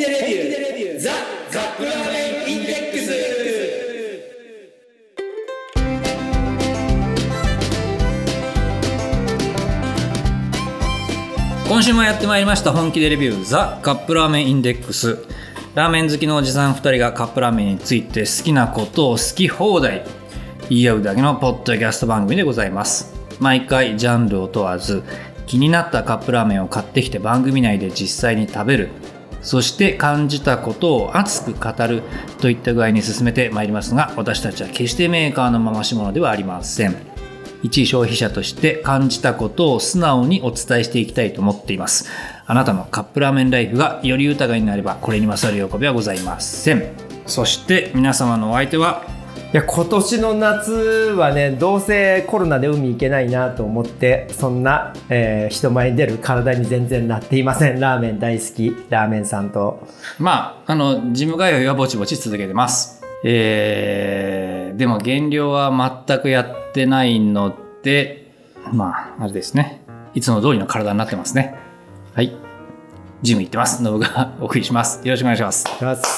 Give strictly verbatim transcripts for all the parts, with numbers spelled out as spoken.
でレビューザ・カップラーメンインデックス。今週もやってまいりました本気でレビューザ・カップラーメンインデックス。ラーメン好きのおじさんふたりがカップラーメンについて好きなことを好き放題言い合うだけのポッドキャスト番組でございます。毎回ジャンルを問わず気になったカップラーメンを買ってきて番組内で実際に食べる、そして感じたことを熱く語るといった具合に進めてまいりますが、私たちは決してメーカーの回し物ではありません。一消費者として感じたことを素直にお伝えしていきたいと思っています。あなたのカップラーメンライフがより豊かになればこれに勝る喜びはございません。そして皆様のお相手は、 いや今年の夏はね、どうせコロナで海行けないなと思って、そんな、えー、人前に出る体に全然なっていません。ラーメン大好きラーメンさんと、 まああのジム通いはぼちぼち続けてます。えー、でも減量は全くやってないので、まああれですね、いつも通りの体になってますね。はい、ジム行ってます。ノブがお送りします。よろしくお願いします。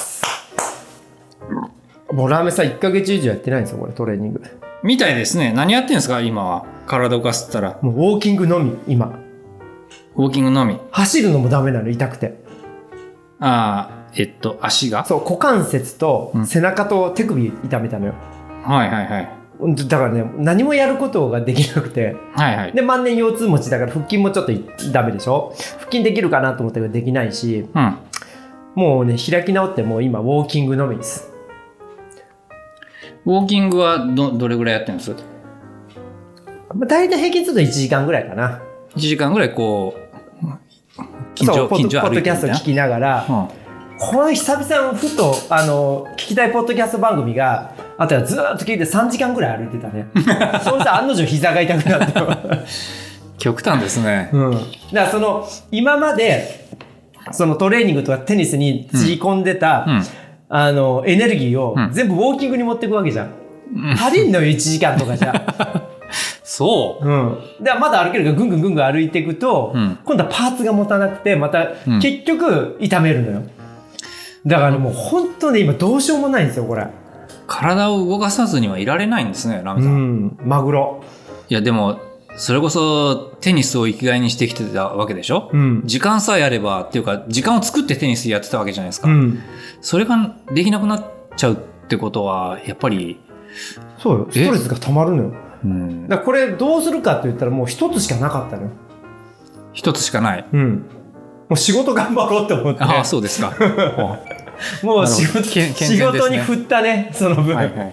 もうラーメンさんいっかげつ以上やってないんですよ、これトレーニングみたいですね。何やってんですか今は。体を動かすったらもうウォーキングのみ。今ウォーキングのみ。 走るのもダメなの、痛くて。 ああ、えっと足が、 そう、股関節と背中と手首痛めたのよ、 うん、はいはいはい。 だからね、何もやることができなくて、 はいはい。 で万年腰痛持ちだから腹筋もちょっとダメでしょ。腹筋できるかなと思ったけどできないし、うん、もうね開き直って、もう今ウォーキングのみです。 ウォーキングは ど, どれぐらいやってるんです？ まあ、大体平均するといちじかんぐらいかな。 いちじかんぐらいこう近所そうポッ近所歩いてみたいな。 ポッドキャスト聞きながら、うん、この久々ふとあの聞きたいポッドキャスト番組があとはずっと聞いてさんじかんぐらい歩いてたねそうしたら案の定膝が痛くなって極端ですね、 うん、だからその今までそのトレーニングとかテニスにつぎ込んでた、うんうん、あのエネルギーを全部ウォーキングに持っていくわけじゃん、うん、足りんのよいちじかんとかじゃそう、うん、 でまだ歩けるからぐんぐんぐんぐん歩いていくと、うん、今度はパーツが持たなくてまた結局痛めるのよ、うん、だから、ね、もう本当ね今どうしようもないんですよこれ。 体を動かさずにはいられないんですね、ラメさん、うん、 マグロ。 いやでもそれこそテニスを生きがいにしてきてたわけでしょ、うん、時間さえあればっていうか時間を作ってテニスやってたわけじゃないですか、うん、それができなくなっちゃうってことはやっぱりそうよ、ストレスが溜まるのよ、うん、だからこれどうするかって言ったらもう一つしかなかったのよ。 一つしかない、 うん、もう仕事頑張ろうって思って。 ああそうですかもう仕事、ね、仕事に振ったねその分、はいはいはい、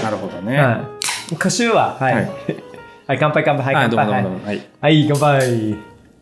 なるほどね、 はい、歌手ははい、はいはい、乾杯乾杯、はい、乾杯、はい、どうもどうもどうも、はい、はい、乾杯。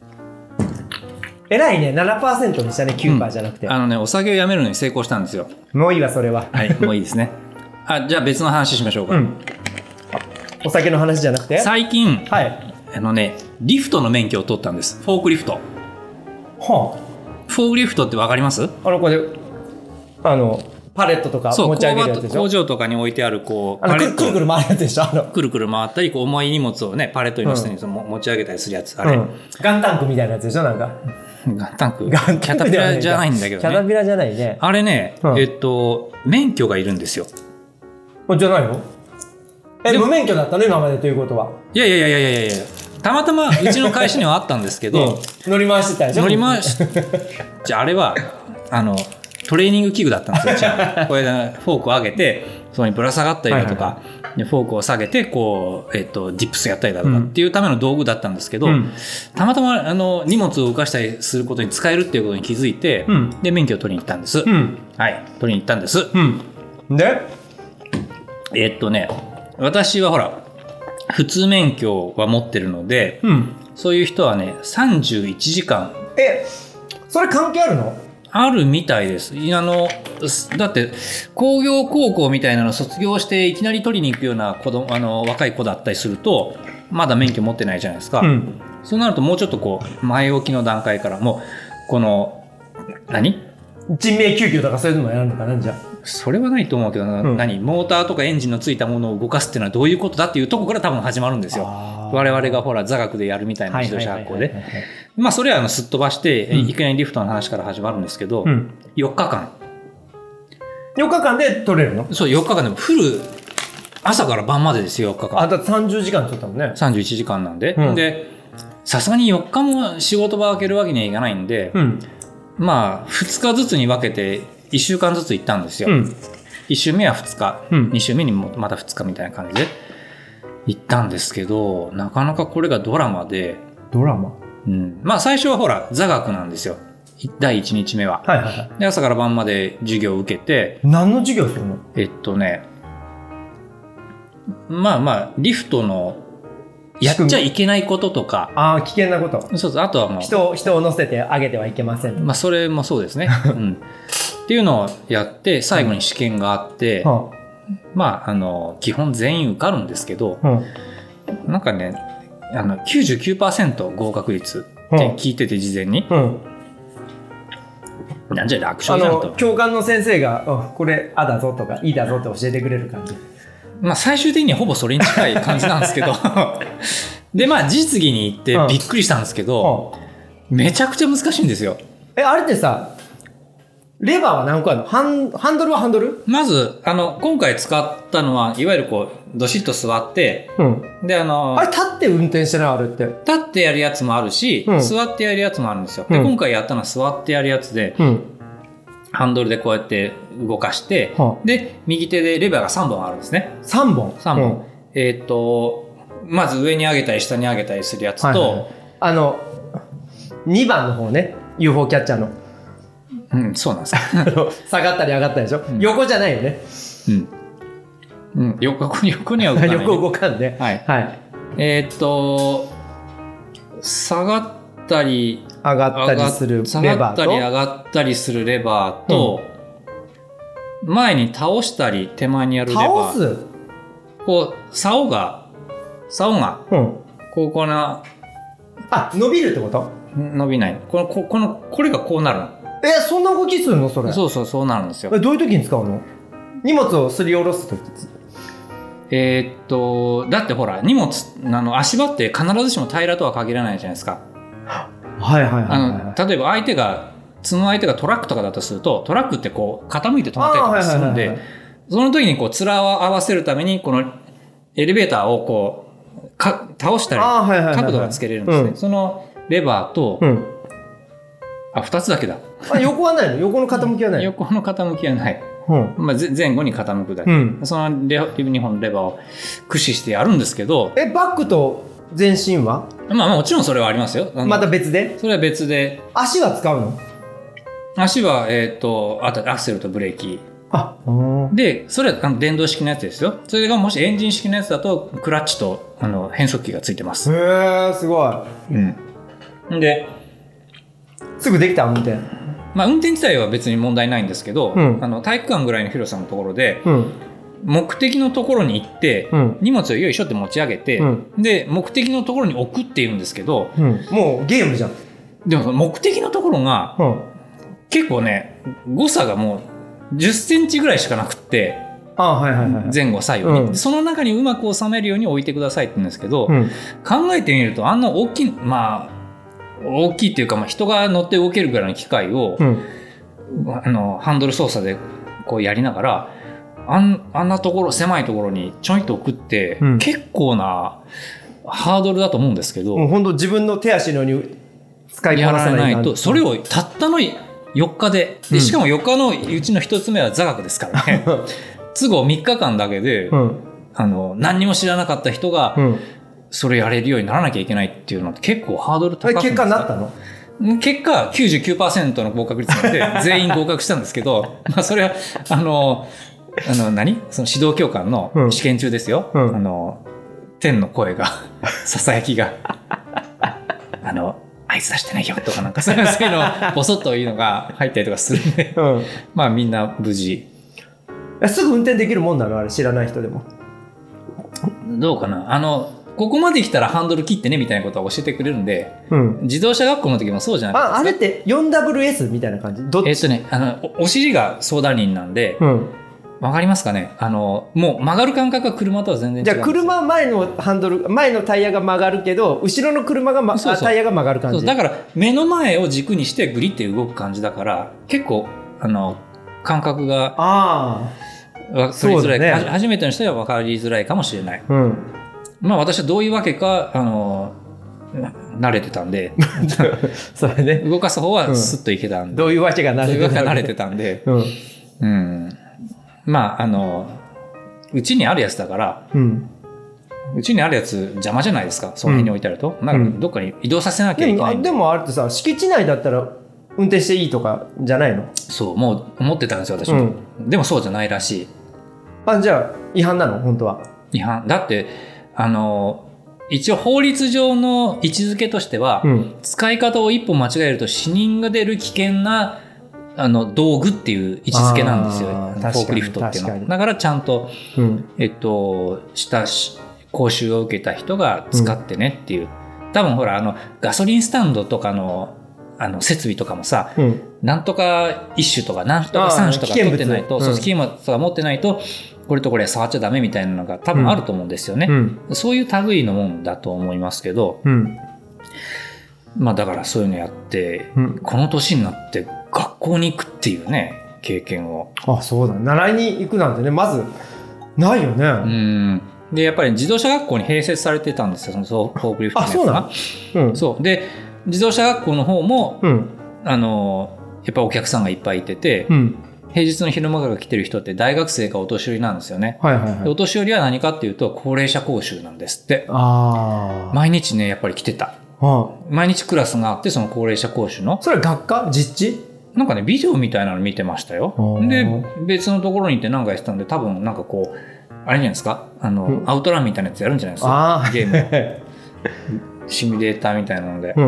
えらいね、ななパーセントにしたね、きゅうパーセントじゃなくて、 うん、あのね、お酒をやめるのに成功したんですよ。 もういいわそれは。 はい、もういいですね。あ、じゃあ別の話しましょうか、うん、 お酒の話じゃなくて最近、 はい、 あのね、リフトの免許を取ったんです。フォークリフト。はあ、フォークリフトってわかります？ あのこれあのパレットとか持ち上げるやつでしょ。 工場とかに置いてあるこうあのパレットくるくる回るやつでしょ。あのくるくる回ったりこう重い荷物をねパレットに乗せて、うん、持ち上げたりするやつ、あれ、うん、 ガンタンクみたいなやつでしょ。なんかガンタンクガンタンクキャタピラじゃないんだけどね。 キャタピラじゃないね。 あれね、うん、えっと免許がいるんですよ。 じゃないの？え無免許だったの今までということは。 いやいやいやいやいやいやたまたまうちの会社にはあったんですけど、 うん、乗り回してたでしょ。 乗り回しじゃああれはあのトレーニング器具だったんですよ。じゃあこれでフォークを上げてそこにぶら下がったりだとか、はいはい、でフォークを下げてこう、えー、とディップスやったりだとかっていうための道具だったんですけど、うん、たまたまあの荷物を動かしたりすることに使えるっていうことに気づいて、うん、で免許を取りに行ったんです、うん、はい取りに行ったんです、うん、 でえー、っとね私はほら普通免許は持ってるので、うん、そういう人はねさんじゅういちじかん。 えそれ関係あるの？ あるみたいです。あのだって工業高校みたいなの卒業していきなり取りに行くような子供あの若い子だったりするとまだ免許持ってないじゃないですか、うん、そうなるともうちょっとこう前置きの段階からもうこの何人命救急とかそういうのもやるのかな。じゃあそれはないと思うけどな、うん、何モーターとかエンジンのついたものを動かすっていうのはどういうことだっていうところから多分始まるんですよ。 我々がほら座学でやるみたいな自動車学校で。まあそれはあのすっ飛ばして、うん、いきなりリフトの話から始まるんですけど、うん、よっかかん。 よっかかんで取れるの？ そう、よっかかんでもフル、朝から晩までですよ、よっかかん。 あ、だってさんじゅうじかん取ったもんね。 さんじゅういちじかんなんで。うん、で、さすがによっかも仕事場開けるわけにはいかないんで、うん、まあふつかずつに分けていっしゅうかんずつ行ったんですよ。うん、いっ週目はふつか、うん、に週目にもまたふつかみたいな感じで行ったんですけど、なかなかこれがドラマで。 ドラマ？ うん。まあ最初はほら座学なんですよ。だいいちにちめは。はいはいはい。で、朝から晩まで授業を受けて。 何の授業するの？ えっとね、まあまあ、リフトのやっちゃいけないこととか。 ああ、危険なこと。 そうそう。あとはもう。 人を、人を乗せてあげてはいけません。 まあそれもそうですね。うん。っていうのをやって、最後に試験があって、うん、まあ、あの、基本全員受かるんですけど、うん、なんかね、あの、きゅうじゅうきゅうパーセント 合格率って聞いてて、事前に。うんうん、なんじゃ楽勝じゃんと。 教官の先生が、これ、あだぞとか、いいだぞって教えてくれる感じ。 まあ、最終的にはほぼそれに近い感じなんですけど。で、まあ、実技に行ってびっくりしたんですけど、うん、めちゃくちゃ難しいんですよ。 え、あれってさ、レバーは何個あるの？ハン、ハンドルはハンドル？ まず、あの、今回使ったのは、いわゆるこう、どしっと座って、うん、で、あの、 あれ立って運転してないあれって。 立ってやるやつもあるし、うん、座ってやるやつもあるんですよ。で、うん、今回やったのは座ってやるやつで、うん、ハンドルでこうやって動かして、はあ、で、右手でレバーがさんぼんあるんですね。 さんぼん？ さん 本。うん、えっと、まず上に上げたり下に上げたりするやつと、はいはいはい、 あの、にばんの方ね、ユーフォー キャッチャーの。 うん、そうなんですか。 下がったり上がったりでしょ、うん、横じゃないよね。 うん。うん、横、横には動かない、ね。 横動かんで。はい。はい。 えー、っと、下がったり、 上がったりするレバーと。 下がったり上がったりするレバーと、うん、前に倒したり手前にやるレバー。 倒す？ こう、竿が、竿が、うん、こう、この、 あ、伸びるってこと？ 伸びない。この、ここの、これがこうなるの。 え、そんな動きするのそれ？ そうそう、そうなるんですよ。 え、どういう時に使うの？荷物をすり下ろす時。 えー、っと、だってほら、荷物、あの、足場って必ずしも平らとは限らないじゃないですか。 はいはいはい、はい、 あの、例えば相手が、積む相手がトラックとかだとすると、トラックってこう、傾いて止まったりとかするんで、その時にこう、面を合わせるために、このエレベーターをこう、か倒したり、角度がつけれるんですね。うん、そのレバーと、うん、あ、二つだけだ。 あ、横はないの？横の傾きはないの？ 横の傾きはない。うん、まあ、前後に傾くだけ。うん、そのにほんのレバーを駆使してやるんですけど。 え、バックと前進は？ まあ、もちろんそれはありますよ。 また別で？ それは別で。 足は使うの？ 足は、えっと、あとアクセルとブレーキ。あ、で、それはあの電動式のやつですよ。それがもしエンジン式のやつだと、クラッチとあの変速機がついてます。 へー、すごい。 うん。で、 すぐできた運転。 まあ、運転自体は別に問題ないんですけど、うん、あの体育館ぐらいの広さのところで、うん、目的のところに行って、うん、荷物をよいしょって持ち上げて、うん、で目的のところに置くっていうんですけど、 うん、もうゲームじゃん。 でも目的のところが、うん、結構ね誤差がもうじゅっセンチぐらいしかなくって、 あ、はいはいはい、 前後左右に、うん、その中にうまく収めるように置いてくださいって言うんですけど、うん、考えてみるとあんな大きい、まあ大きいっていうか、まあ、人が乗って動けるぐらいの機械を、うん、あのハンドル操作でこうやりながらあ ん, あんなところ狭いところにちょいと置くって、うん、結構なハードルだと思うんですけど、 もう本当自分の手足のように使いこなさないと、 それをたったのよっかで、でしかもよっかのうちのひとつめは座学ですからね都合みっかかんだけで、うん、あの何にも知らなかった人が、うんそれやれるようにならなきゃいけないっていうのって結構ハードル高くないですか？ 結果になったの？ 結果 きゅうじゅうきゅうパーセント の合格率なので全員合格したんですけどまあそれはあのあの何その指導教官の試験中ですよ、うん、あの天の声がささやきがあの合図出してないよとかなんかそういうのボソッというのが入ったりとかするんで、うん、まあみんな無事。 すぐ運転できるもんなの？あれ知らない人でも。 どうかな、あのここまで来たらハンドル切ってねみたいなことは教えてくれるんで、うん、自動車学校の時もそうじゃないですか。 あ、あれって フォーダブリューエス みたいな感じ？どっち？ えっとね、あの お, お尻が相談人なんで、うん、 わかりますかね。あのもう曲がる感覚は車とは全然違う。 じゃあ車前のハンドル前のタイヤが曲がるけど後ろの車が、ま、そうそうタイヤが曲がる感じ。 そうだから目の前を軸にしてグリって動く感じだから結構あの感覚があ分かりづらい、ね、初めての人は分かりづらいかもしれない、うん、まあ私はどういうわけかあの慣れてたんでそれ、ね、 動かす方はスッといけたんで、 うん、どういうわけが慣れてたんで、 慣れてたんで、うんうん、まああのうちにあるやつだから、うん、うちにあるやつ邪魔じゃないですか、その辺に置いてあると、うん、なんかどっかに移動させなきゃいけないんで、 でも、でもあれってさ敷地内だったら運転していいとかじゃないの？ そうもう思ってたんですよ私も、うん、でもそうじゃないらしい。 あ、じゃあ違反なの本当は？ 違反だってあの一応法律上の位置づけとしては、うん、使い方を一歩間違えると死人が出る危険なあの道具っていう位置づけなんですよ、フォークリフトっていうのは。だからちゃんと、うん、えっとした講習を受けた人が使ってねっていう、うん、多分ほらあのガソリンスタンドとかのあの設備とかもさ、うん、なんとか一種とかなんとか三種とか取ってないと、そう危険物とか持ってないとこれとこれ触っちゃダメみたいなのが多分あると思うんですよね、うんうん、そういう類のもんだと思いますけど、うん、まあだからそういうのやって、うん、この年になって学校に行くっていうね経験を。 あ、そうだ、習いに行くなんてねまずないよね。 うんでやっぱり自動車学校に併設されてたんですよ、そのフォークリフトのやつが。あ、そうなの、うん、そうで自動車学校の方も、うん、あのやっぱお客さんがいっぱいいてて、うん、平日の昼間から来てる人って大学生かお年寄りなんですよね、はいはいはい、お年寄りは何かっていうと高齢者講習なんですって。あ、毎日ねやっぱり来てた、はあ、毎日クラスがあってその高齢者講習の。 それ学科実地なんかねビデオみたいなの見てましたよ。で別のところに行って何かやってたんで多分なんかこうあれじゃないですか、あの、うん、アウトランみたいなやつやるんじゃないですか、ゲームシミュレーターみたいなので、うん、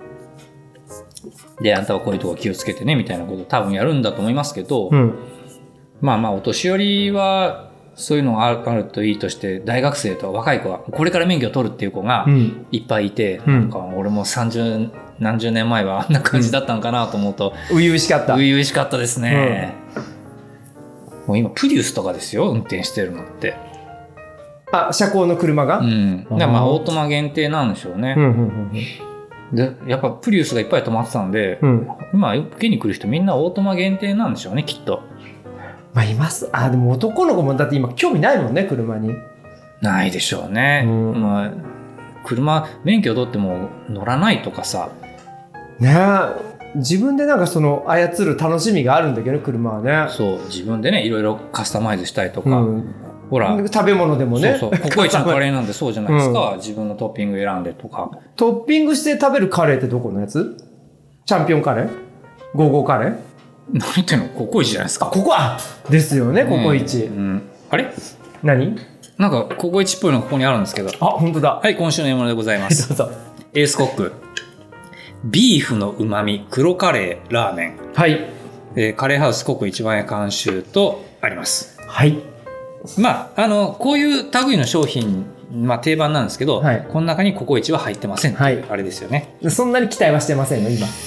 であんたはこういうとこ気をつけてねみたいなこと多分やるんだと思いますけど、うん、まあまあお年寄りはそういうのがあるといいとして大学生と若い子はこれから免許を取るっていう子がいっぱいいて、うん、なんか俺もさんじゅう何十年前はあんな感じだったのかなと思うと初 々しかった初々しかったですね、うん、もう今プリウスとかですよ運転してるのって。 あ、車高の車が、 うん、だからまあオートマ限定なんでしょうね、うんうんうん、でやっぱプリウスがいっぱい止まってたんで、うん、今受けに来る人みんなオートマ限定なんでしょうねきっと。 まあいます。あ、でも男の子もだって今興味ないもんね車に。 ないでしょうね、うん、まあ、車免許取っても乗らないとかさねえ、自分でなんかその操る楽しみがあるんだけど車はね。 そう自分でねいろいろカスタマイズしたりとか、うん、ほら食べ物でもね、 そうそうココイチのカレーなんでそうじゃないですか、うん、自分のトッピング選んでとか。 トッピングして食べるカレーってどこのやつ？チャンピオンカレー？ゴーゴーカレー？ 何言ってんの？ココイチじゃないですか。 あ、ここはですよね、ココイチ、うんうん、 あれ何なんかココイチっぽいのがここにあるんですけど。 あ、本当だ。 はい、今週の獲物でございます。どうぞ。エースコックビーフのうまみ黒カレーラーメン、はい、えー、カレーハウスココ一番屋監修とあります。はい。まああのこういう類の商品、まあ、定番なんですけど、はい、この中にココイチは入ってませんっていう、はい、あれですよね。 そんなに期待はしてませんよ今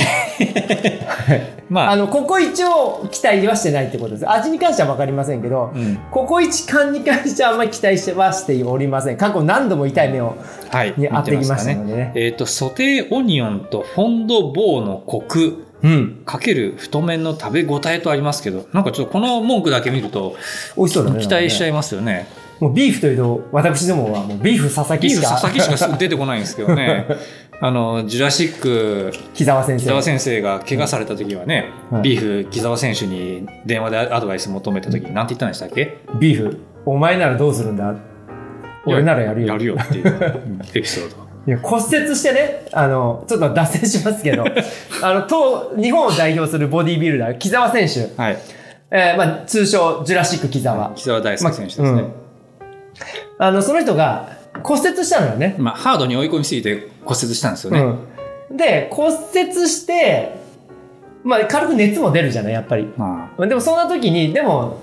まあ、あのココイチを期待はしてないってことです。味に関しては分かりませんけど、うん、ココイチ缶に関してはあんまり期待してはしておりません。過去何度も痛い目を、はい、に遭ってきましたのでね。 えーと、ソテーオニオンとフォンドボーのコク、うん、かける太麺の食べ応えとありますけど、なんかちょっとこの文句だけ見ると美味しそうだね。期待しちゃいますよね。 もうビーフというと私どもはもうビーフ佐々木しかビーフ佐々木しか出てこないんですけどねあのジュラシック木澤先生木澤先生が怪我された時はね、はい、ビーフ木澤選手に電話でアドバイス求めた時に何て言ったんでしたっけ？ ビーフお前ならどうするんだ、俺ならやるよやるよっていうエピソードいや骨折してね、あのちょっと脱線しますけどあのと日本を代表するボディービルダー木澤選手、はい、えーまあ、通称ジュラシック木澤、 木澤大輔選手ですね、まあうん、 あのその人が骨折したのよね、 まあ、ハードに追い込みすぎて骨折したんですよね、 うん、で骨折して、まあ、軽く熱も出るじゃないやっぱり、まあ、でもそんな時にでも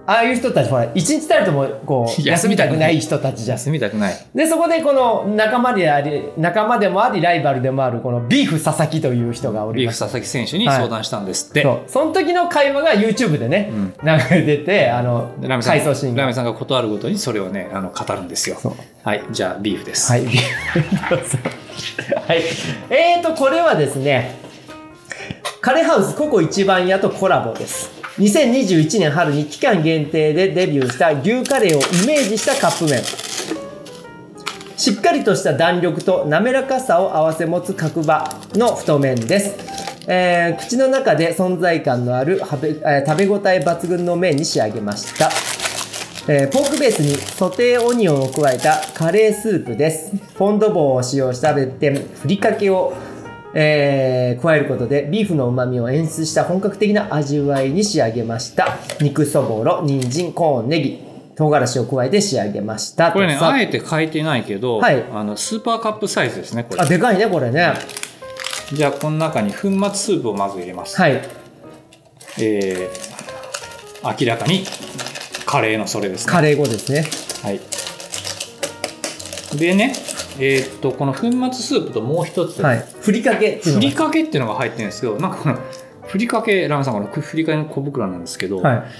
ああいう人たちほら一日たりともこう休みたくない人たちじゃん。 休みたくない。 でそこでこの仲間であり仲間でもありライバルでもあるこのビーフ佐々木という人がおります。 ビーフ佐々木選手に相談したんですって、 はい、そうその時の会話が YouTube でね、うん、流れててあの回想シーンがラーメンさんが断るごとにそれをねあの語るんですよ。はい、じゃあビーフです。 はいビーフはい、えーとこれはですねカレーハウスココ一番屋とコラボです。にせんにじゅういちねん春に期間限定でデビューした牛カレーをイメージしたカップ麺。しっかりとした弾力と滑らかさを併せ持つ角張の太麺です。えー、口の中で存在感のある食べ、えー、食べ応え抜群の麺に仕上げました。えー、ポークベースにソテーオニオンを加えたカレースープです。ポンド棒を使用した別点ふりかけを、えー、加えることでビーフの旨味を演出した本格的な味わいに仕上げました。肉そぼろ、人参、コーン、ネギ、唐辛子を加えて仕上げました。 これねあえて書いてないけど、はい、あのスーパーカップサイズですねこれ。 あでかいねこれね。 じゃあこの中に粉末スープをまず入れます。 はい。 えー、明らかにカレーのそれですね。 カレー粉ですね。 はい。でね、えー、っとこの粉末スープともう一つ、 はい、ふりかけっていうのがふりかけっていうのが入ってるんですけど、なんかこのふりかけラーメンさんこのふりかけの小袋なんですけど、はい、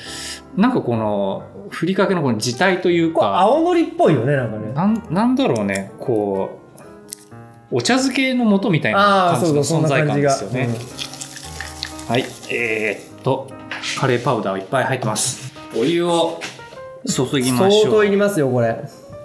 なんかこのふりかけのこの字体というか青のりっぽいよねなんかね。 なん、なんだろうねこうお茶漬けの素みたいな感じの存在感ですよね。うん、はい、えー、っとカレーパウダーいっぱい入ってます。お湯を注ぎましょう。 相当いりますよこれ。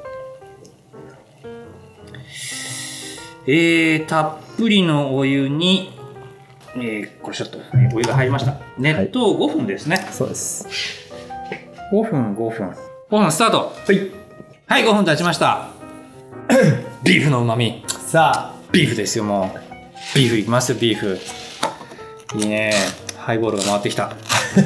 えー、たっぷりのお湯に、えー、これちょっとお湯が入りました。熱湯ごふんですね。 はい、そうです。 ごふんごふんごふんスタート。 はいはいごふん経ちました。ビーフの旨味。 さあビーフですよ。もうビーフいきますよ。ビーフいいね。ハイボールが回ってきた。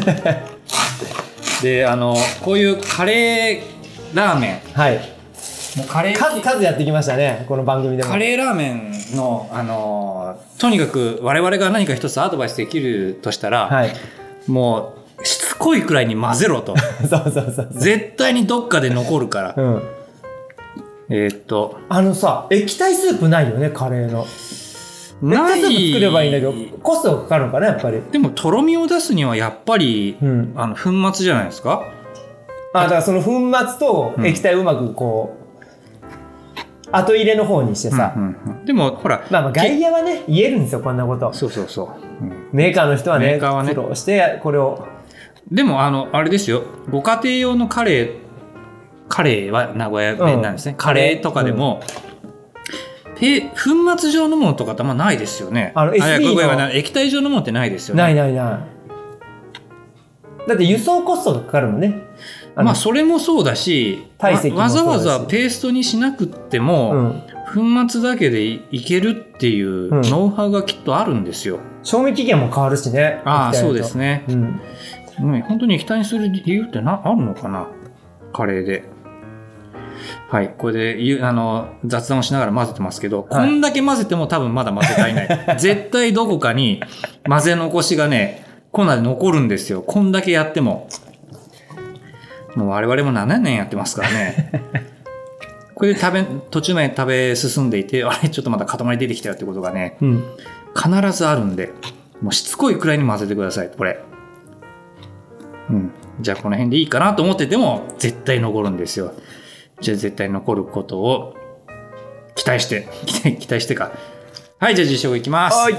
であのこういうカレーラーメン、 はい、 もうカレー数々やってきましたねこの番組でも。 カレーラーメンのあのとにかく我々が何か一つアドバイスできるとしたら、はい、もうしつこいくらいに混ぜろと。 そうそうそうそう、 絶対にどっかで残るから、うん、えー、っとあのさ液体スープないよねカレーの。 ない。 液体スープ作ればいいんだけどコストがかかるのかなやっぱり。 でもとろみを出すにはやっぱり、うん、あの粉末じゃないですか。 あだからその粉末と液体をうまくこう、うん、後入れの方にしてさ、うんうんうん、でもほらまあまあ外野はね言えるんですよこんなこと。 そうそうそう、うん、 メーカーの人は ね, メーカーはね苦労してこれを。 でもあのあれですよご家庭用のカレーカレーは名古屋弁なんですね、うん、カレーとかでも、うん、粉末状のものとかってあんまないですよね。 あの エスビー の液体状のものってないですよね。 ないないない。だって輸送コストがかかるもんね。 まあそれもそうだし、 体積もわそうだしざわざペーストにしなくっても、うん、粉末だけで い, いけるっていうノウハウがきっとあるんですよ。うん、 賞味期限も変わるしね。 ああそうですね、うんうん、本当に液体にする理由ってなあるのかなカレーで。はい、これであの雑談をしながら混ぜてますけど、はい、こんだけ混ぜても多分まだ混ぜ足りない絶対どこかに混ぜ残しがね粉で残るんですよ。こんだけやってももう我々もななねんやってますからねこれで食べ途中まで食べ進んでいてあれちょっとまだ塊出てきたよってことがね、うん、必ずあるんでもうしつこいくらいに混ぜてくださいこれ、うん、じゃあこの辺でいいかなと思ってても絶対残るんですよ。じゃあ絶対残ることを期待して期待してか。はいじゃあ実食いきます。はい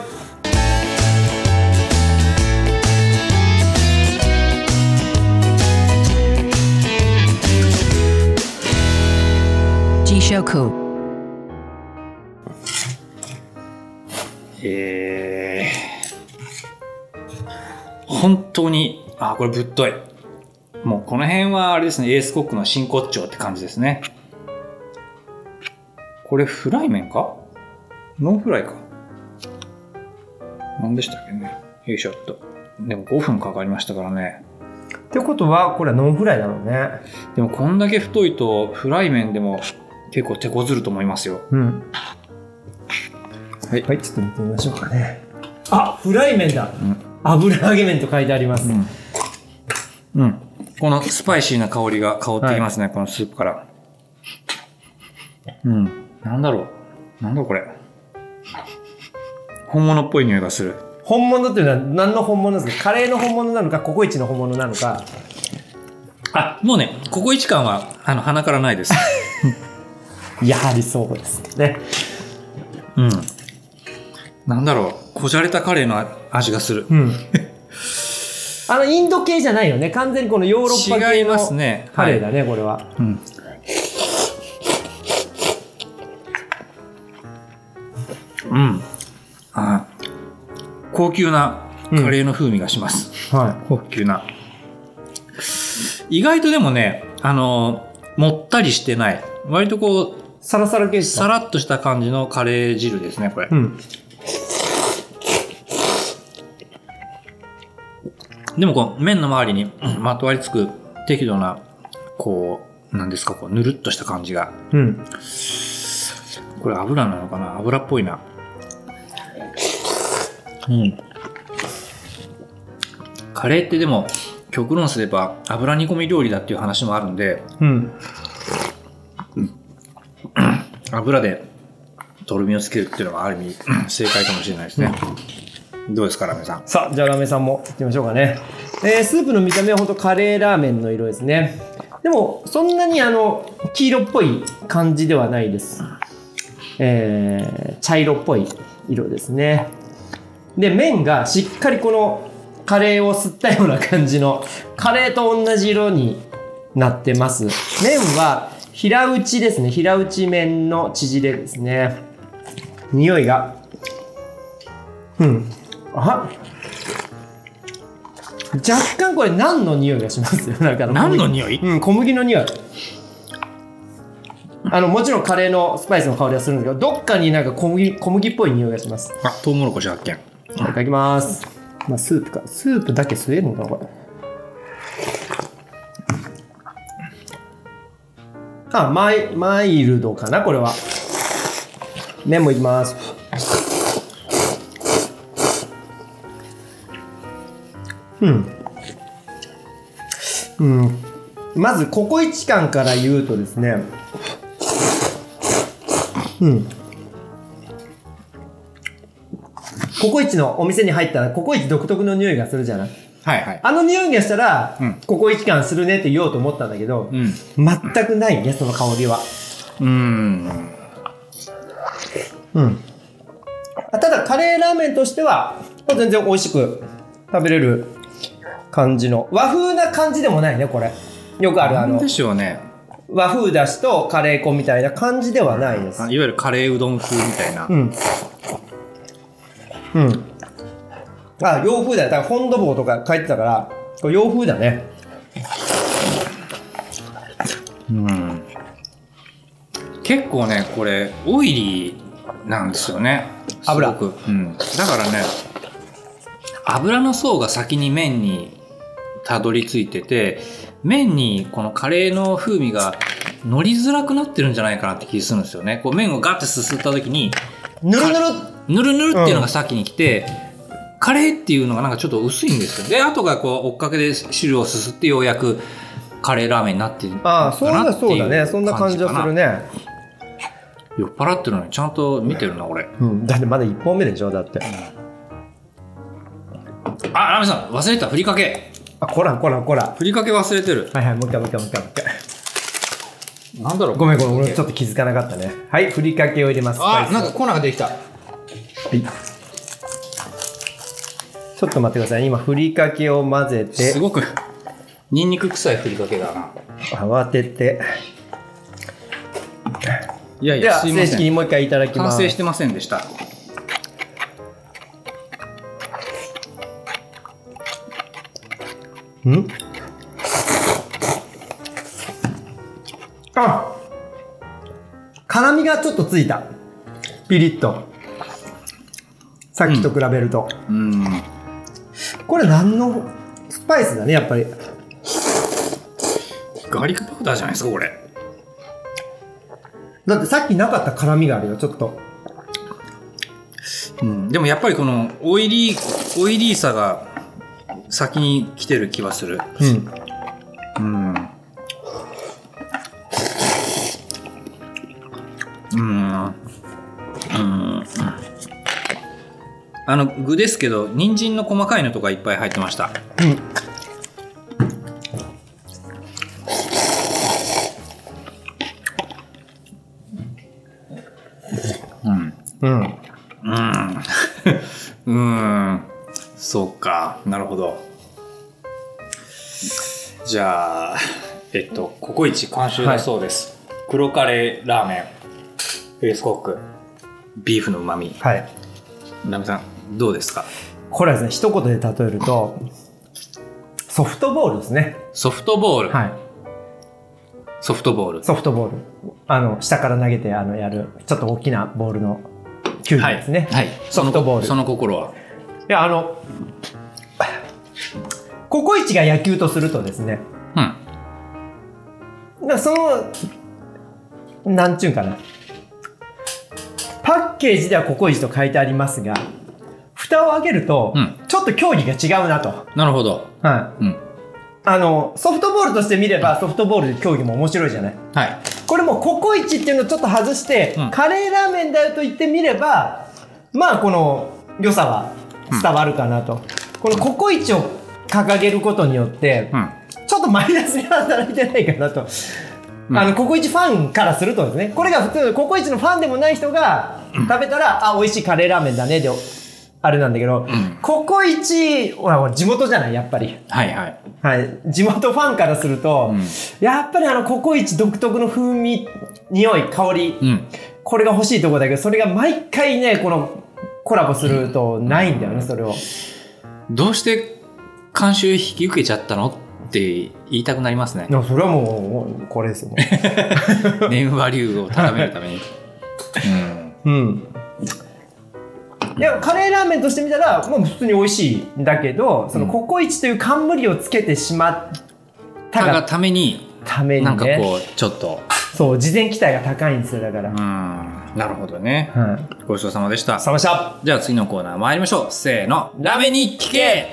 。G-Shoku えー、本当にあこれぶっとい。もうこの辺はあれですねエースコックの真骨頂って感じですね。これフライ麺かノンフライか何でしたっけね。よいしょっと。でもごふんかかりましたからね。 ってことはこれはノンフライだろうね。 でもこんだけ太いとフライ麺でも結構手こずると思いますよ。うん。 はい、はい、ちょっと見てみましょうかね。あフライ麺だ、うん、油揚げ麺と書いてあります。うんうん。このスパイシーな香りが香ってきますね、はい、このスープから。うん。なんだろう。なんだろうこれ。本物っぽい匂いがする。 本物っていうのは何の本物ですか？カレーの本物なのか、ココイチの本物なのか。 あ、もうね、ココイチ感はあの鼻からないです。 やはりそうですね。 うん。なんだろう。こじゃれたカレーの味がする。 うん。あのインド系じゃないよね。完全にこのヨーロッパ系のカレーだね、これは。うん。 うん。あ、高級なカレーの風味がします。うん、はい。高級な。意外とでもね、あのもったりしてない。割とこうサラサラ系ですか？ サラッとした感じのカレー汁ですね、これ。うん。でもこう麺の周りにまとわりつく適度なこうなんですか、こうぬるっとした感じが。うん。これ油なのかな？油っぽいな。うん。カレーってでも極論すれば油煮込み料理だっていう話もあるんで、うん、油でとろみをつけるっていうのがある意味正解かもしれないですね。うん、どうですかラーメンさん。 さあじゃあラーメンさんもいってみましょうかね。えー、スープの見た目は本当カレーラーメンの色ですね。でもそんなにあの黄色っぽい感じではないです。えー、茶色っぽい色ですね。で麺がしっかりこのカレーを吸ったような感じのカレーと同じ色になってます。麺は平打ちですね。平打ち麺の縮れですね。匂いがうんあ若干これ何の匂いがしますよ。なんか何の匂い？ うん、小麦の匂い。あのもちろんカレーのスパイスの香りはするんですけど、どっかになんか小麦小麦っぽい匂いがします。 あ、トウモロコシ発見。 いただきます。まあスープか、スープだけ吸えるのかなこれ。あ、マイマイルドかなこれは。麺もいきます。うん。うん。まずココイチ感から言うとですね。うん。ココイチのお店に入ったらココイチ独特の匂いがするじゃない。はいはい。あの匂いがしたら、うん、ココイチ感するねって言おうと思ったんだけど、うん、全くないねその香りは。うーん。うん。ただカレーラーメンとしては全然美味しく食べれる感じの和風な感じでもないねこれ。よくあるあの。 なんでしょうね。 和風だしとカレー粉みたいな感じではないです。 いわゆるカレーうどん風みたいな。うん。 うん。あ、洋風だよ。だからフォンドボーとか書いてたから、これ洋風だね。 うん。結構ね、これオイリーなんですよね。 油。 すごく。うん。だからね、油の層が先に麺にたどり着いてて、麺にこのカレーの風味が乗りづらくなってるんじゃないかなって気がするんですよね。こう麺をガッてすすった時に、 ぬるぬるぬるぬるっていうのが先に来て、うん、カレーっていうのがなんかちょっと薄いんですよ。で、後がこう追っかけで汁をすすってようやくカレーラーメンになってるのかなっていう感じかな。 ああ、そうだね。そんな感じはするね。 酔っ払ってるのにちゃんと見てるな俺。 うん。だってまだいっぽんめでしょだって。 あ、ラーメンさん忘れた、ふりかけ。 あ、こらこらこら。 ふりかけ忘れてる。 はいはい、もう一回もう一回もう一回もう一回。 なんだろう。 ごめんごめん、俺ちょっと気づかなかったね。はい、ふりかけを入れます。 あ、なんか粉ができた。はい。 ちょっと待ってください。今ふりかけを混ぜて。 すごくニンニク臭いふりかけだな。 慌てて。 いやいや、 すいません。正式にもう一回いただきます。 完成してませんでした。 ん？あ、辛みがちょっとついた。ピリッと。さっきと比べると。うん。うん、これ何のスパイスだね、やっぱり。 ガーリックパウダーじゃないですか、これ。 だってさっきなかった辛みがあるよ、ちょっと。 うん、でもやっぱりこのオイリー、オイリーさが先に来てる気はする。うん。 うんうんうんあの具ですけど人参の細かいのとかいっぱい入ってました。うんうんうんうんそうかなるほど。じゃあえっとココイチ監修だそうです、はい、黒カレーラーメンベースコックビーフのうまみ。はい、ラメさんどうですか？ これはですね一言で例えるとソフトボールですね。 ソフトボール。はい。ソフトボール。 ソフトボール。あの下から投げてあのやるちょっと大きなボールの球技ですね。はい。はい、ソフトボール。 その心は？ いやあのココイチが野球とするとですね。うん。だからそのなんちゅうんかな。パッケージではココイチと書いてありますが、蓋を開けると、うん、ちょっと競技が違うなと。 なるほど。はい。うん。 あのソフトボールとして見ればソフトボールで競技も面白いじゃない。はい。これもココイチっていうのをちょっと外して、うん、カレーラーメンだよと言ってみれば、まあこの良さは伝わるかなと。うん、このココイチを掲げることによって、うん、ちょっとマイナスに働いてないかなと。うん、あのココイチファンからするとですね、これが普通ココイチのファンでもない人が食べたら、うん、あ、美味しいカレーラーメンだねであれなんだけど、うん、ココイチは地元じゃないやっぱり。はいはいはい。地元ファンからすると、うん、やっぱりあのココイチ独特の風味、匂い、香り、うん、これが欲しいところだけど、それが毎回ねこのコラボするとないんだよね、それを。 どうして監修引き受けちゃったのって言いたくなりますね。 それはもうこれですよ。 ネームバリューを高めるために。うん。うん。 いやカレーラーメンとしてみたらもう普通に美味しいんだけど、そのココイチという冠をつけてしまったがために、ためにね、なんかこうちょっとそう事前期待が高いんですよだから。うん。 なるほどね。はい。ごちそうさまでした。 さまでした。 じゃあ次のコーナー参りましょう。せーの。ラーメンに聞け。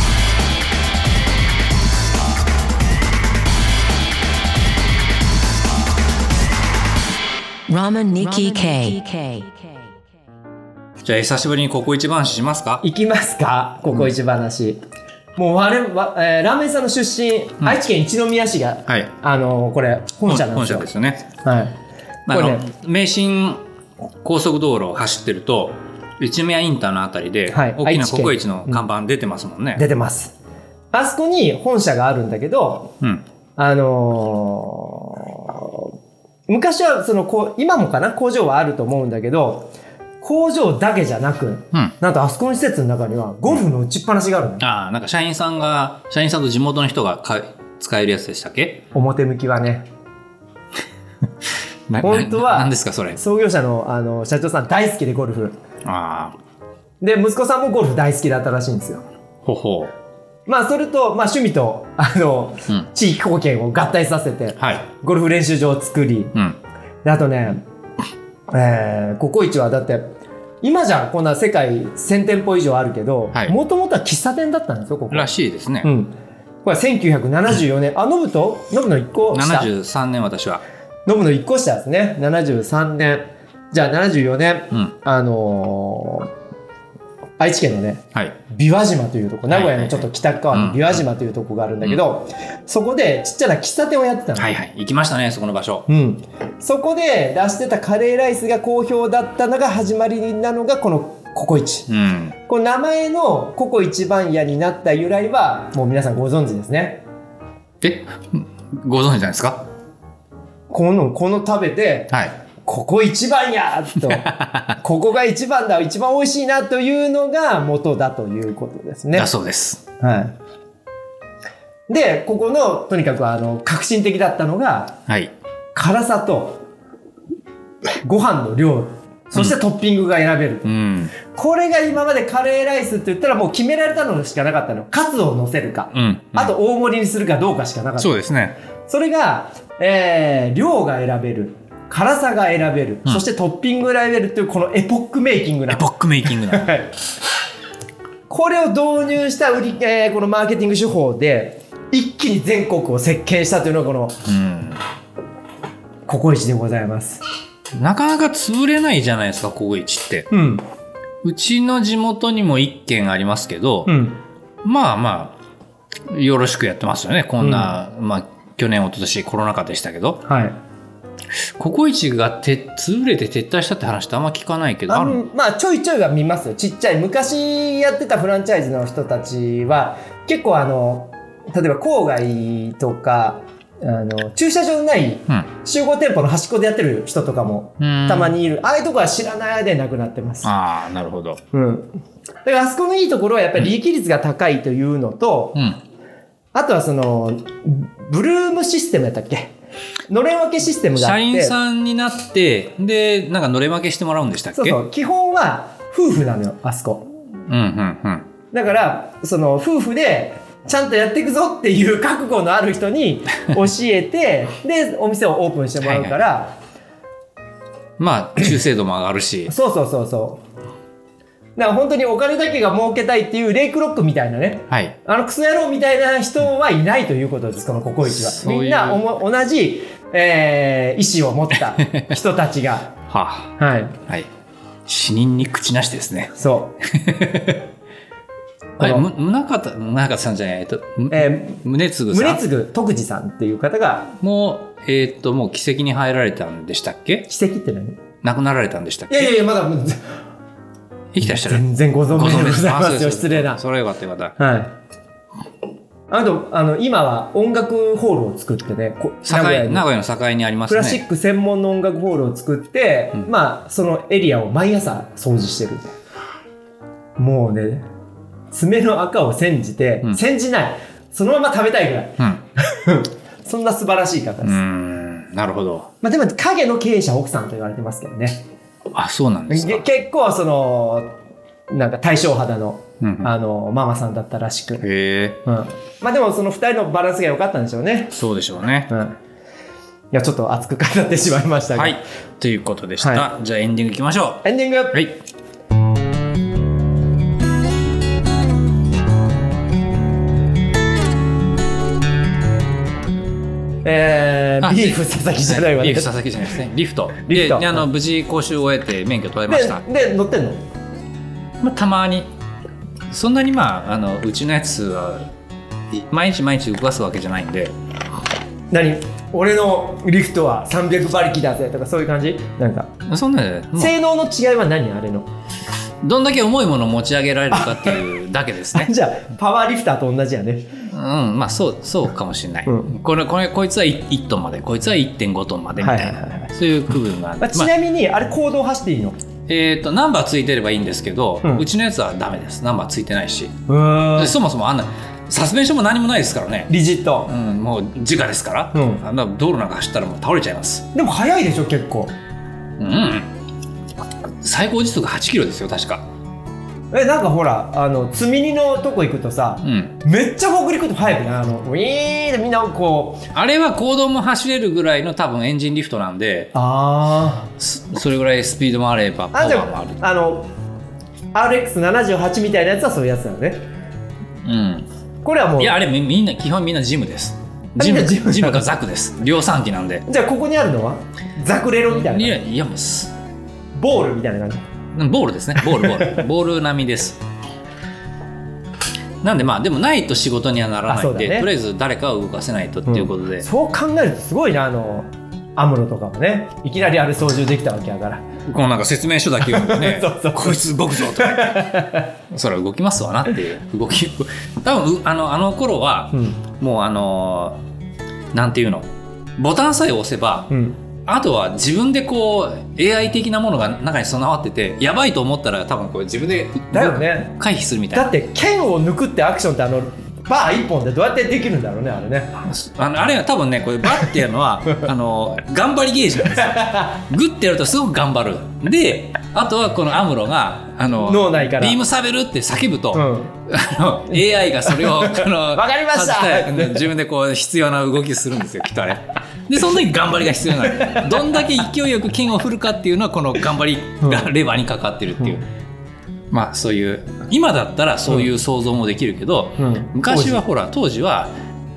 ラーメンに聞け。じゃあ久しぶりにココイチ話しますか？ 行きますかココイチ話、うん、もう我々、えー、ラーメンさんの出身、うん、愛知県一宮市が、はい、あのー、これ本社なんですよ。 本社ですよね。はい。まあ、これね、名神高速道路を走ってると一宮インターのあたりで、はい、大きなココイチの看板出てますもんね。 うん、出てます。あそこに本社があるんだけど、うん、あのー、昔はそのこ今もかな工場はあると思うんだけど。工場だけじゃなく、うん、なんとあそこの施設の中にはゴルフの打ちっぱなしがあるの、 うん、ああ、なんか社員さんが社員さんと地元の人がか使えるやつでしたっけ？ 表向きはね。本当は何ですかそれ？ 創業者 の, あの社長さん大好きでゴルフ。ああ。で息子さんもゴルフ大好きだったらしいんですよ。ほほう。まあそれと、まあ、趣味とあの、うん、地域貢献を合体させて、はい、ゴルフ練習場を作り、うん、であとね、えー、ココイチはだって今じゃこんな世界せん店舗以上あるけど、もともとは喫茶店だったんですよ、ここ。 らしいですね。 うん。これせんきゅうひゃくななじゅうよねん、あ、ノブとノブのいっこ下。 ななじゅうさんねん私は。 ノブのいっこ下ですね。ななじゅうさんねん。じゃあななじゅうよねん、うん、あのー、愛知県のね、はい、琵琶島というとこ、名古屋のちょっと北側の琵琶島というとこがあるんだけど、うん、そこでちっちゃな喫茶店をやってたの。 はいはい、行きましたね、そこの場所。 うん。そこで出してたカレーライスが好評だったのが始まりなのがこのココイチ。うん。この名前のココ一番屋になった由来はもう皆さんご存知ですね。 え、ご存知じゃないですか？ この、この食べて、はい。ここ一番やとここが一番だ一番美味しいなというのが元だということですね。 だそうです。 はい。でここのとにかくあの革新的だったのが、はい、辛さとご飯の量そしてトッピングが選べる、うん、これが今までカレーライスって言ったらもう決められたのしかなかったの。カツを乗せるか、うんうん、あと大盛りにするかどうかしかなかった。 そうですね。 それが、えー、量が選べる辛さが選べる、うん、そしてトッピングが選べるっていうこのエポックメイキングなエポックメイキングなこれを導入した売り、えー、このマーケティング手法で一気に全国を席巻したというのがこの、うん、ココイチでございます。 なかなか潰れないじゃないですか、ココイチって。うん。うちの地元にも一軒ありますけど、うん、まあまあ、よろしくやってますよね。こんな、うん、まあ、去年、一昨年コロナ禍でしたけど。はい。ココイチがて潰れて撤退したって話ってあんま聞かないけど、 ある？まあ、ちょいちょいは見ますよ。ちっちゃい。昔やってたフランチャイズの人たちは、結構あの、例えば郊外とか、あの駐車場のない集合店舗の端っこでやってる人とかもたまにいる、ああいうところは知らないでなくなってます。 ああ、なるほど。 うん。だからあそこのいいところはやっぱり利益率が高いというのと、うん、あとはそのブルームシステムやったっけ、のれん分けシステムがあって、 社員さんになってでなんかのれん分けしてもらうんでしたっけ。 そうそう、基本は夫婦なのよ、あそこ。うんうんうん。だからその夫婦でちゃんとやっていくぞっていう覚悟のある人に教えてでお店をオープンしてもらうから、はいはい、 まあ忠誠度も上がるしそうそうそうそう、だから本当にお金だけが儲けたいっていうレイクロックみたいなね、はい、あのクソ野郎みたいな人はいないということです、このココイチは。そういうみんなおも同じ、えー、意思を持った人たちがはあ、はい、はい、死人に口なしですね。 そうあれ、宗像、宗像さんじゃない、えっと、えー、宗次さん。 宗次徳次さんっていう方が。 もう、えー、っと、もう奇跡に入られたんでしたっけ？ 奇跡って何？ 亡くなられたんでしたっけ？ いやいやいや、まだ、 生きた人全然ご存命でございますよ、失礼な。 それはよかったよかった。 はい。あと、あの、今は音楽ホールを作ってね、 名古屋に、名古屋の境にありますね。 クラシック専門の音楽ホールを作って、うん、まあ、そのエリアを毎朝掃除してる。もうね、爪の赤を煎じて、うん、煎じない、そのまま食べたいぐらい、うん、そんな素晴らしい方です。うーん、なるほど。 まあ、でも影の経営者奥さんと言われてますけどね。 あ、そうなんですか。 結構そのなんか対称肌の、うんうん、あのママさんだったらしく。へえ、うん。まあでもそのふたりのバランスが良かったんでしょうね。 そうでしょうね。うん、いやちょっと熱く語ってしまいましたが。 はい。ということでした。はい、じゃあエンディングいきましょう。エンディング。はい。えー、ビーフ佐々木じゃないわね。 ビーフ佐々木じゃないですね。リフト。リフト。で、あの無事講習を終えて免許取れました。 で、で乗ってんの？ まあ、たまに。そんなにまああのうちのやつは毎日毎日動かすわけじゃないんで。 何？俺のリフトはさんびゃく馬力だぜとかそういう感じ？なんか。 そんな性能の違いは何あれの？ どんだけ重いものを持ち上げられるかっていうだけですね。 じゃあパワーリフターと同じやね。 うん、まあそうそうかもしれない。うん、これこれこいつはいちトンまで、こいつはいってんごトンまでみたいな、はいはいはい、そういう区分がある。 まあ、ちなみに、まあ、あれ公道走っていいの？ えっとナンバーついてればいいんですけど、うん、うちのやつはダメです。ナンバーついてないし。でそもそもあんなサスペンションも何もないですからね。 リジット。 うん、もう直ですから。うん、あんな道路なんか走ったらもう倒れちゃいます。 でも速いでしょ結構。 うん。最高時速はちキロですよ確か。 えなんかほらあの積み荷のとこ行くとさ、うん、めっちゃ北陸と速くない？あのウィーンでみんなこうあれは公道も走れるぐらいの多分エンジンリフトなんで、あそれぐらいスピードもあればパワーもある。 あの アールエックスななじゅうはち みたいなやつはそういうやつだよね。 うん。これはもういやあれみんな基本みんなジムです。ジムジムジムかザクです。量産機なんで。 じゃあここにあるのはザクレロみたいな。 いやいやもうボールみたいな感じ。 ボールですね。ボールボールボール並みです。なんでまあでもないと仕事にはならないんで、ね、とりあえず誰かを動かせないとっていうことで、うん、 そう考えるとすごいな。あのアムロとかもねいきなりあれ操縦できたわけやから、 このなんか説明書だけ読んでねそうそうこいつ動くぞとかそれは動きますわなっていう動き多分あのあの頃は、うん、もうあのなんていうのボタンさえ押せば、うん、あとは自分でこう エーアイ 的なものが中に備わっててやばいと思ったら多分こう自分でだよね回避するみたいな。 だって剣を抜くってアクションってあのバー一本でどうやってできるんだろうねあれね。 あのあれは多分ねこれバッっていうのはあの頑張りゲージなんですよ。グッてやるとすごく頑張る。であとはこのアムロがあの脳内からビームサベルって叫ぶと、うん、あの エーアイ がそれをこのわかりました自分でこう必要な動きするんですよきっとあれ。でその時頑張りが必要なの。どんだけ勢いよく剣を振るかっていうのはこの頑張りがレバーにかかってるっていう、うんうん、まあそういう今だったらそういう想像もできるけど、うん、昔はほら当時は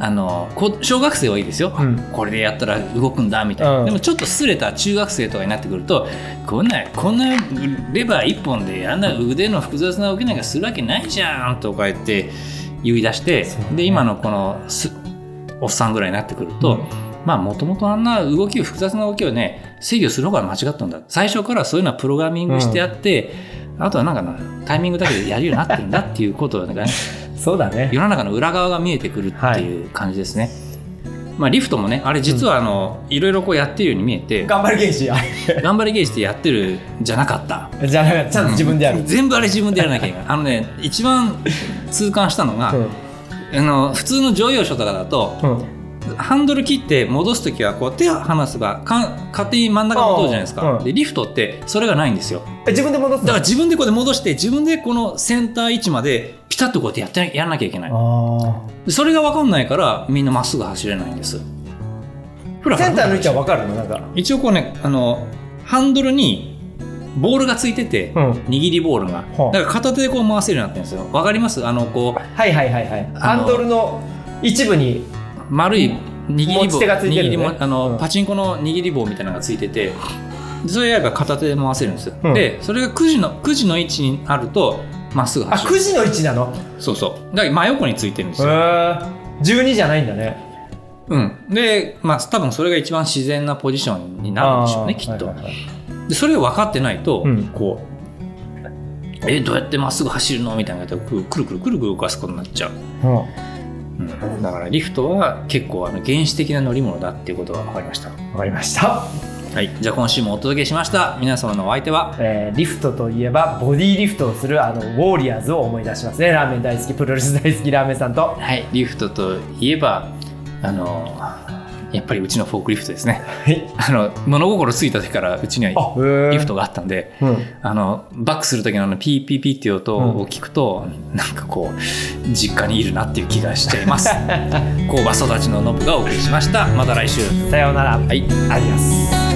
あのこ小学生はいいですよ、うん、これでやったら動くんだみたいな、うん、でもちょっとすれた中学生とかになってくるとこんなこんなレバー一本であんな腕の複雑な動きなんかするわけないじゃんとか言って言い出して、ね、で今のこのおっさんぐらいになってくると、うん、まあもともとあんな動きを複雑な動きをね制御する方が間違ったんだ、最初からそういうのはプログラミングしてやって、うん、あとはなんかなタイミングだけでやるようになってるんだっていうことをなんか、ね、 そうだね、 世の中の裏側が見えてくるっていう感じですね、はい。まあ、リフトもねあれ実はあの、うん、いろいろこうやってるように見えて頑張りゲージ頑張りゲージってやってるじゃなかったじゃなかったちゃんと自分でやる、うん、 全部あれ自分でやらなきゃいけないあのね一番痛感したのが、うん、あの普通の乗用車とかだと、うん、ハンドル切って戻すときはこう手を離せばか勝手に真ん中戻るじゃないですか、うん、でリフトってそれがないんですよ。 自分で戻すだから自分でこうで戻して自分でこのセンター位置までピタッとこうやってやってやらなきゃいけない。あそれが分かんないからみんなまっすぐ走れないんです。 フラフラセンターの位置は分かるのなんか一応こうねあのハンドルにボールがついてて、うん、握りボールが、だから片手でこう回せるようになってるんですよ。わかります？あのこうはいはいはいはいハンドルの一部に丸い握り棒、 持ち手がついてる、ね、 握りあの、うん、パチンコの握り棒みたいなのがついてて、それやれば片手で回せるんですよ、うん、でそれがくじのくじの位置にあるとまっすぐ走る。 あくじの位置なの？ そうそうだから真横についてるんですよ。 へーじゅうにじゃないんだね。 うんでまあ多分それが一番自然なポジションになるんでしょうねきっと、はいはいはい、でそれを分かってないと、うん、こうえどうやってまっすぐ走るのみたいなくるくるくるくるくる動かすことになっちゃう、うんうん、だからリフトは結構あの原始的な乗り物だっていうことが分かりました。 分かりました。 はい、じゃあ今週もお届けしました。皆様のお相手は、 えー、リフトといえばボディリフトをするあのウォーリアーズを思い出しますね。ラーメン大好きプロレス大好きラーメンさんと、 はい、リフトといえばあのやっぱりうちのフォークリフトですね。あの物心ついた時からうちにはリフトがあったんで、うん、あのバックする時のあのピーピーピーっていう音を聞くと、うん、なんかこう実家にいるなっていう気がしちゃいます。工場育ちのノブがお送りしました。また来週。 さようなら。 はい、 アディオス。